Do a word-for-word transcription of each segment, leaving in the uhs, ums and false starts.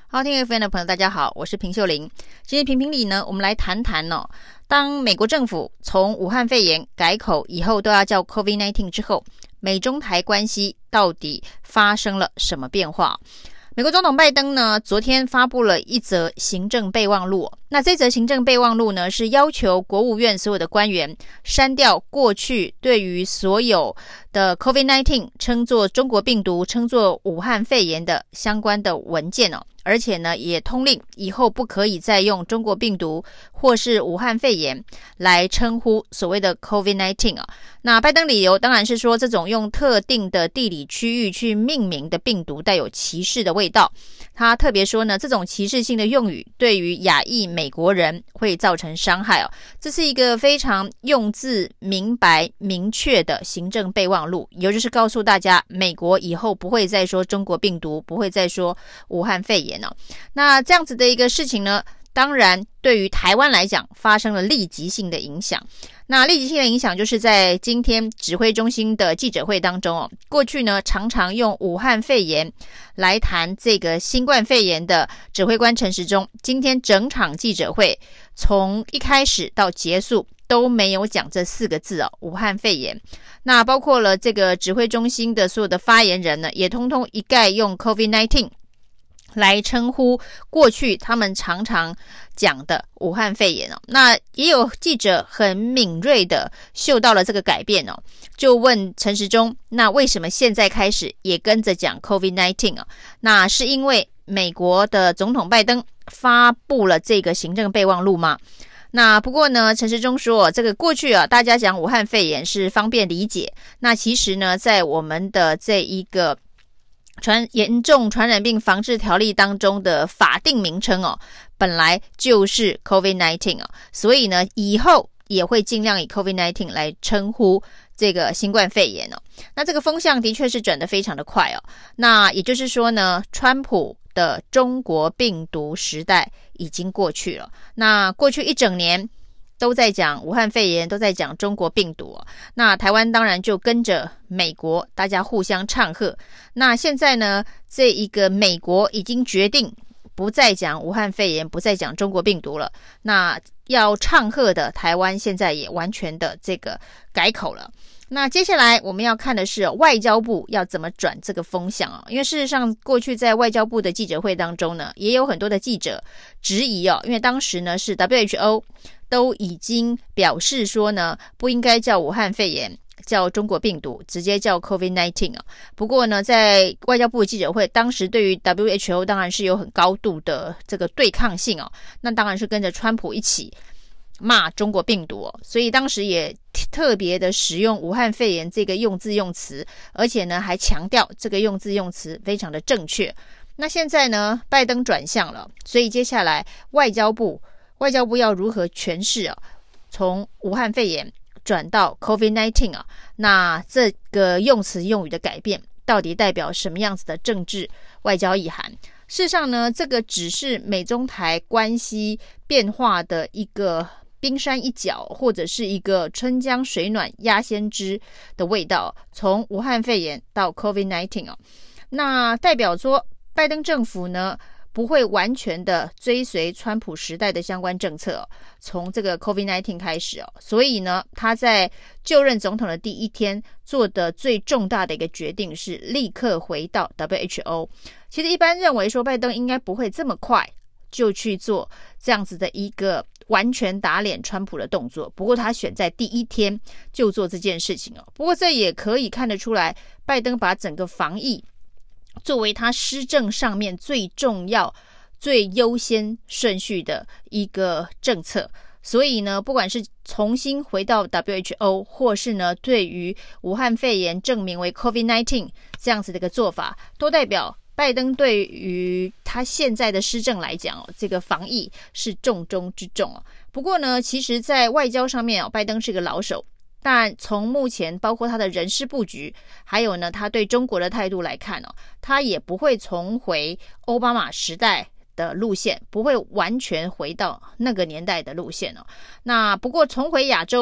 好，听 F M 的朋友大家好，我是平秀玲。今天评评理呢，我们来谈谈哦，当美国政府从武汉肺炎改口以后都要叫 COVID 十九 之后，美中台关系到底发生了什么变化？美国总统拜登呢，昨天发布了一则行政备忘录。那这则行政备忘录呢，是要求国务院所有的官员删掉过去对于所有的 COVID 十九 称作中国病毒、称作武汉肺炎的相关的文件哦。而且呢，也通令以后不可以再用中国病毒或是武汉肺炎来称呼所谓的 COVID 十九 啊。那拜登理由当然是说，这种用特定的地理区域去命名的病毒带有歧视的味道。他特别说呢，这种歧视性的用语对于亚裔美国人会造成伤害哦。这是一个非常用字明白明确的行政备忘录，也就是告诉大家，美国以后不会再说中国病毒，不会再说武汉肺炎。那这样子的一个事情呢，当然对于台湾来讲发生了立即性的影响。那立即性的影响就是在今天指挥中心的记者会当中哦，过去呢常常用武汉肺炎来谈这个新冠肺炎的指挥官陈时中，今天整场记者会从一开始到结束都没有讲这四个字哦，武汉肺炎。那包括了这个指挥中心的所有的发言人呢，也通通一概用 COVID 十九来称呼过去他们常常讲的武汉肺炎哦。那也有记者很敏锐的嗅到了这个改变哦，就问陈时中，那为什么现在开始也跟着讲 COVID 十九 啊？那是因为美国的总统拜登发布了这个行政备忘录吗？那不过呢，陈时中说，这个过去啊，大家讲武汉肺炎是方便理解，那其实呢，在我们的这一个传严重传染病防治条例当中的法定名称哦，本来就是 COVID 十九 哦，所以呢，以后也会尽量以 COVID 十九 来称呼这个新冠肺炎哦。那这个风向的确是转得非常的快哦。那也就是说呢，川普的中国病毒时代已经过去了。那过去一整年都在讲武汉肺炎，都在讲中国病毒哦。那台湾当然就跟着美国，大家互相唱和。那现在呢，这一个美国已经决定不再讲武汉肺炎，不再讲中国病毒了。那要唱和的台湾现在也完全的这个改口了。那接下来我们要看的是外交部要怎么转这个风向哦。因为事实上过去在外交部的记者会当中呢，也有很多的记者质疑哦，因为当时呢是 W H O 都已经表示说呢，不应该叫武汉肺炎，叫中国病毒，直接叫 COVID 十九 啊。不过呢，在外交部的记者会，当时对于 W H O 当然是有很高度的这个对抗性哦，那当然是跟着川普一起骂中国病毒哦，所以当时也特别的使用武汉肺炎这个用字用词，而且呢还强调这个用字用词非常的正确。那现在呢，拜登转向了，所以接下来外交部外交部要如何诠释啊？从武汉肺炎转到 COVID 十九 啊，那这个用词用语的改变到底代表什么样子的政治外交意涵？事实上呢，这个只是美中台关系变化的一个冰山一角，或者是一个春江水暖鸭先知的味道。从武汉肺炎到 COVID 十九 啊，那代表说拜登政府呢不会完全的追随川普时代的相关政策哦，从这个 COVID 十九 开始哦，所以呢，他在就任总统的第一天做的最重大的一个决定是立刻回到 W H O。其实一般认为说，拜登应该不会这么快就去做这样子的一个完全打脸川普的动作，不过他选在第一天就做这件事情哦。不过这也可以看得出来，拜登把整个防疫作为他施政上面最重要、最优先顺序的一个政策，所以呢，不管是重新回到 W H O， 或是呢对于武汉肺炎证明为 COVID 十九 这样子的一个做法，都代表拜登对于他现在的施政来讲哦，这个防疫是重中之重哦。不过呢，其实在外交上面哦，拜登是个老手。但从目前包括他的人事布局，还有呢他对中国的态度来看哦，他也不会重回奥巴马时代的路线，不会完全回到那个年代的路线哦。那不过重回亚洲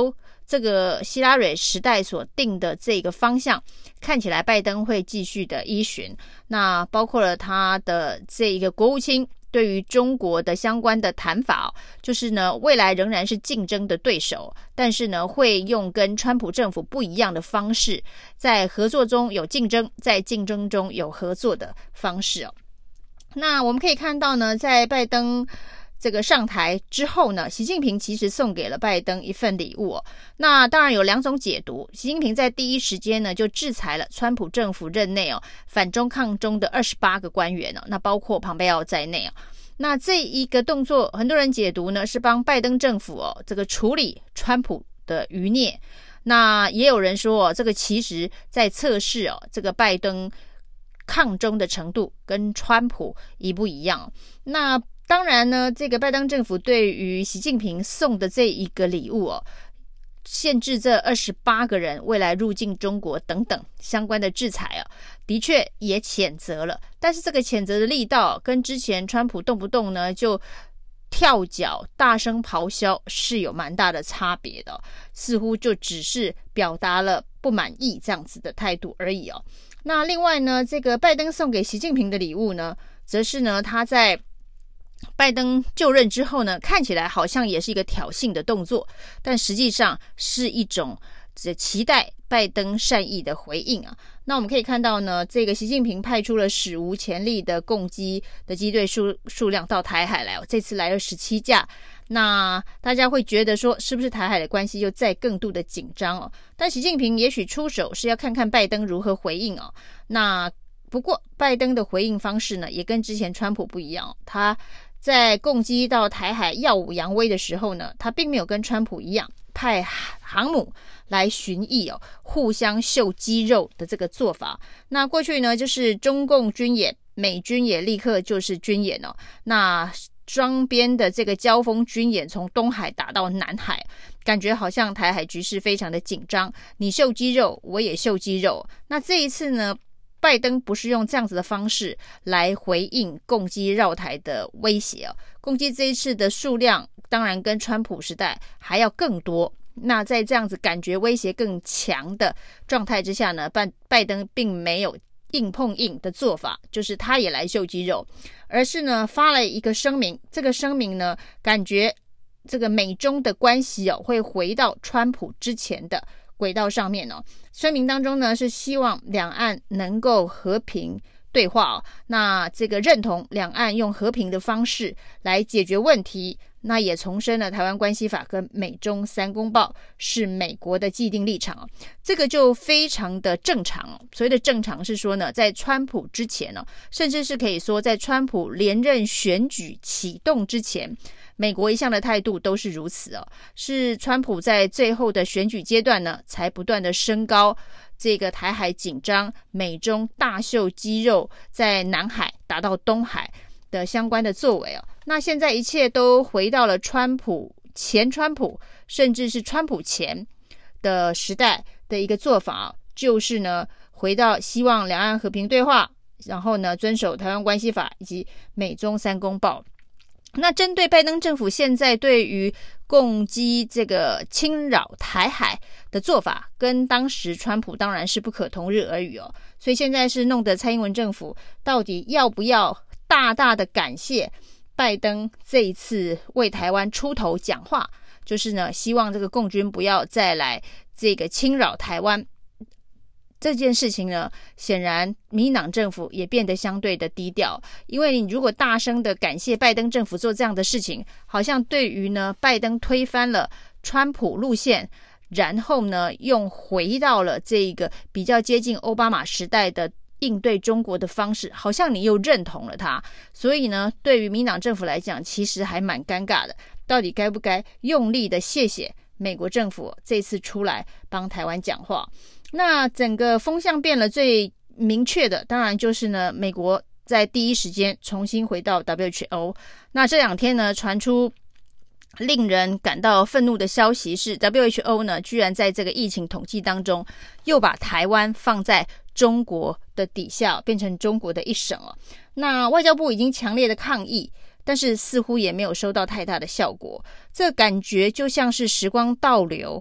这个希拉蕊时代所定的这个方向，看起来拜登会继续的依循。那包括了他的这一个国务卿对于中国的相关的谈法，就是呢，未来仍然是竞争的对手，但是呢，会用跟川普政府不一样的方式，在合作中有竞争，在竞争中有合作的方式哦。那我们可以看到呢，在拜登这个上台之后呢，习近平其实送给了拜登一份礼物哦。那当然有两种解读，习近平在第一时间呢就制裁了川普政府任内哦反中抗中的二十八个官员哦，那包括庞佩奥在内哦。那这一个动作，很多人解读呢是帮拜登政府哦这个处理川普的余孽。那也有人说哦，这个其实在测试哦这个拜登抗中的程度跟川普一不一样。那当然呢，这个拜登政府对于习近平送的这一个礼物哦，限制这二十八个人未来入境中国等等相关的制裁啊，的确也谴责了。但是这个谴责的力道跟之前川普动不动呢就跳脚大声咆哮是有蛮大的差别的，似乎就只是表达了不满意这样子的态度而已哦。那另外呢，这个拜登送给习近平的礼物呢，则是呢他在拜登就任之后呢，看起来好像也是一个挑衅的动作，但实际上是一种期待拜登善意的回应啊。那我们可以看到呢，这个习近平派出了史无前例的共机的机队数数量到台海来哦，这次来了十七架。那大家会觉得说，是不是台海的关系又再更度的紧张哦？但习近平也许出手是要看看拜登如何回应哦。那不过拜登的回应方式呢，也跟之前川普不一样哦，他在共机到台海耀武扬威的时候呢，他并没有跟川普一样派航母来巡弋哦，互相秀肌肉的这个做法。那过去呢，就是中共军演，美军也立刻就是军演哦。那双边的这个交锋军演从东海打到南海，感觉好像台海局势非常的紧张，你秀肌肉，我也秀肌肉。那这一次呢，拜登不是用这样子的方式来回应共机绕台的威胁哦，共机这一次的数量当然跟川普时代还要更多。那在这样子感觉威胁更强的状态之下呢，拜拜登并没有硬碰硬的做法，就是他也来秀肌肉，而是呢发了一个声明。这个声明呢，感觉这个美中的关系哦会回到川普之前的轨道上面哦。声明当中呢是希望两岸能够和平对话哦，那这个认同两岸用和平的方式来解决问题。那也重申了台湾关系法跟美中三公报是美国的既定立场哦，这个就非常的正常哦。所谓的正常是说呢，在川普之前哦，甚至是可以说在川普连任选举启动之前，美国一向的态度都是如此哦。是川普在最后的选举阶段呢，才不断的升高这个台海紧张，美中大秀肌肉，在南海打到东海的相关的作为哦。那现在一切都回到了川普前川普甚至是川普前的时代的一个做法，就是呢回到希望两岸和平对话，然后呢遵守台湾关系法以及美中三公报。那针对拜登政府现在对于共机这个侵扰台海的做法，跟当时川普当然是不可同日而语哦。所以现在是弄得蔡英文政府到底要不要大大的感谢拜登这一次为台湾出头讲话，就是呢希望这个共军不要再来这个侵扰台湾。这件事情呢，显然民进党政府也变得相对的低调，因为你如果大声的感谢拜登政府做这样的事情，好像对于呢拜登推翻了川普路线，然后呢用回到了这个比较接近奥巴马时代的应对中国的方式，好像你又认同了他。所以呢，对于民进党政府来讲，其实还蛮尴尬的，到底该不该用力的谢谢美国政府这次出来帮台湾讲话。那整个风向变了，最明确的当然就是呢，美国在第一时间重新回到 W H O。 那这两天呢传出令人感到愤怒的消息是 W H O 呢居然在这个疫情统计当中又把台湾放在中国的底下，变成中国的一省了。那外交部已经强烈的抗议，但是似乎也没有收到太大的效果。这感觉就像是时光倒流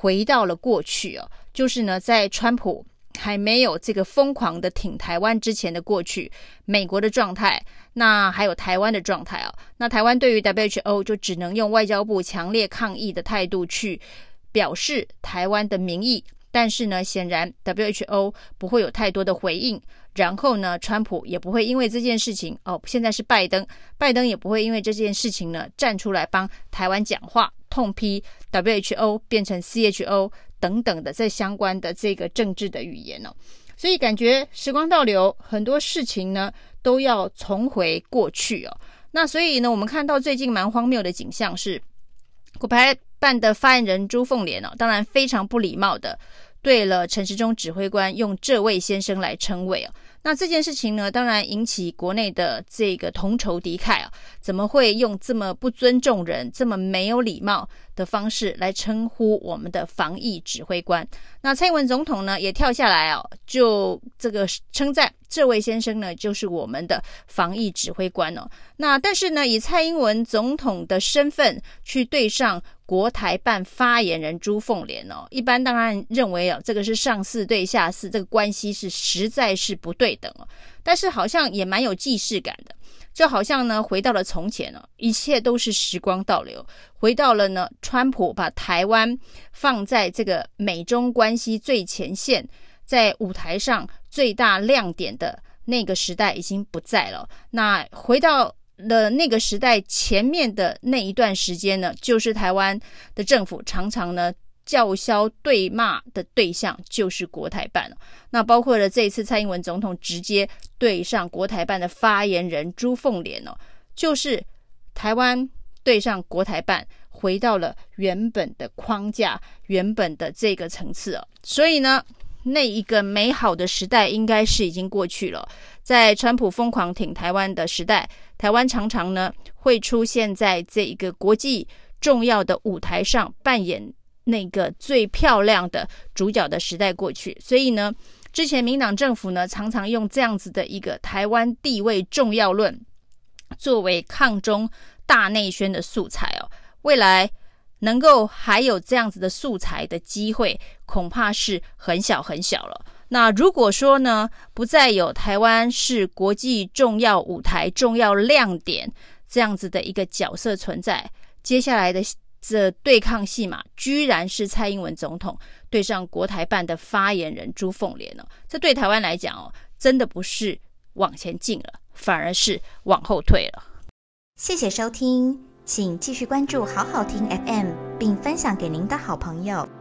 回到了过去哦，就是呢，在川普还没有这个疯狂的挺台湾之前的过去，美国的状态，那还有台湾的状态哦。那台湾对于 W H O 就只能用外交部强烈抗议的态度去表示台湾的民意，但是呢，显然 W H O 不会有太多的回应。然后呢，川普也不会因为这件事情哦，现在是拜登，拜登也不会因为这件事情呢站出来帮台湾讲话，痛批 W H O 变成 C H O 等等的这相关的这个政治的语言哦。所以感觉时光倒流，很多事情呢都要重回过去哦。那所以呢，我们看到最近蛮荒谬的景象是，国台办的发言人朱凤莲哦，当然非常不礼貌的对了陈时中指挥官用这位先生来称谓哦。那这件事情呢，当然引起国内的这个同仇敌忾啊，怎么会用这么不尊重人、这么没有礼貌的方式来称呼我们的防疫指挥官？那蔡英文总统呢也跳下来哦，就这个称赞这位先生呢就是我们的防疫指挥官哦。那但是呢，以蔡英文总统的身份去对上国台办发言人朱凤莲哦，一般当然认为哦，这个是上司对下司，这个关系是实在是不对等哦。但是好像也蛮有既视感的，就好像呢回到了从前哦，一切都是时光倒流，回到了呢川普把台湾放在这个美中关系最前线，在舞台上最大亮点的那个时代已经不在了。那回到了那个时代前面的那一段时间呢，就是台湾的政府常常呢叫嚣对骂的对象就是国台办。那包括了这一次蔡英文总统直接对上国台办的发言人朱凤莲哦，就是台湾对上国台办，回到了原本的框架，原本的这个层次哦。所以呢，那一个美好的时代应该是已经过去了。在川普疯狂挺台湾的时代，台湾常常呢会出现在这一个国际重要的舞台上，扮演那个最漂亮的主角的时代过去。所以呢，之前民党政府呢常常用这样子的一个台湾地位重要论作为抗中大内宣的素材哦。未来能够还有这样子的素材的机会，恐怕是很小很小了。那如果说呢，不再有台湾是国际重要舞台、重要亮点这样子的一个角色存在，接下来的这对抗戏码，居然是蔡英文总统对上国台办的发言人朱凤莲哦。这对台湾来讲哦，真的不是往前进了，反而是往后退了。 谢谢收听，请继续关注好好听 F M， 并分享给您的好朋友。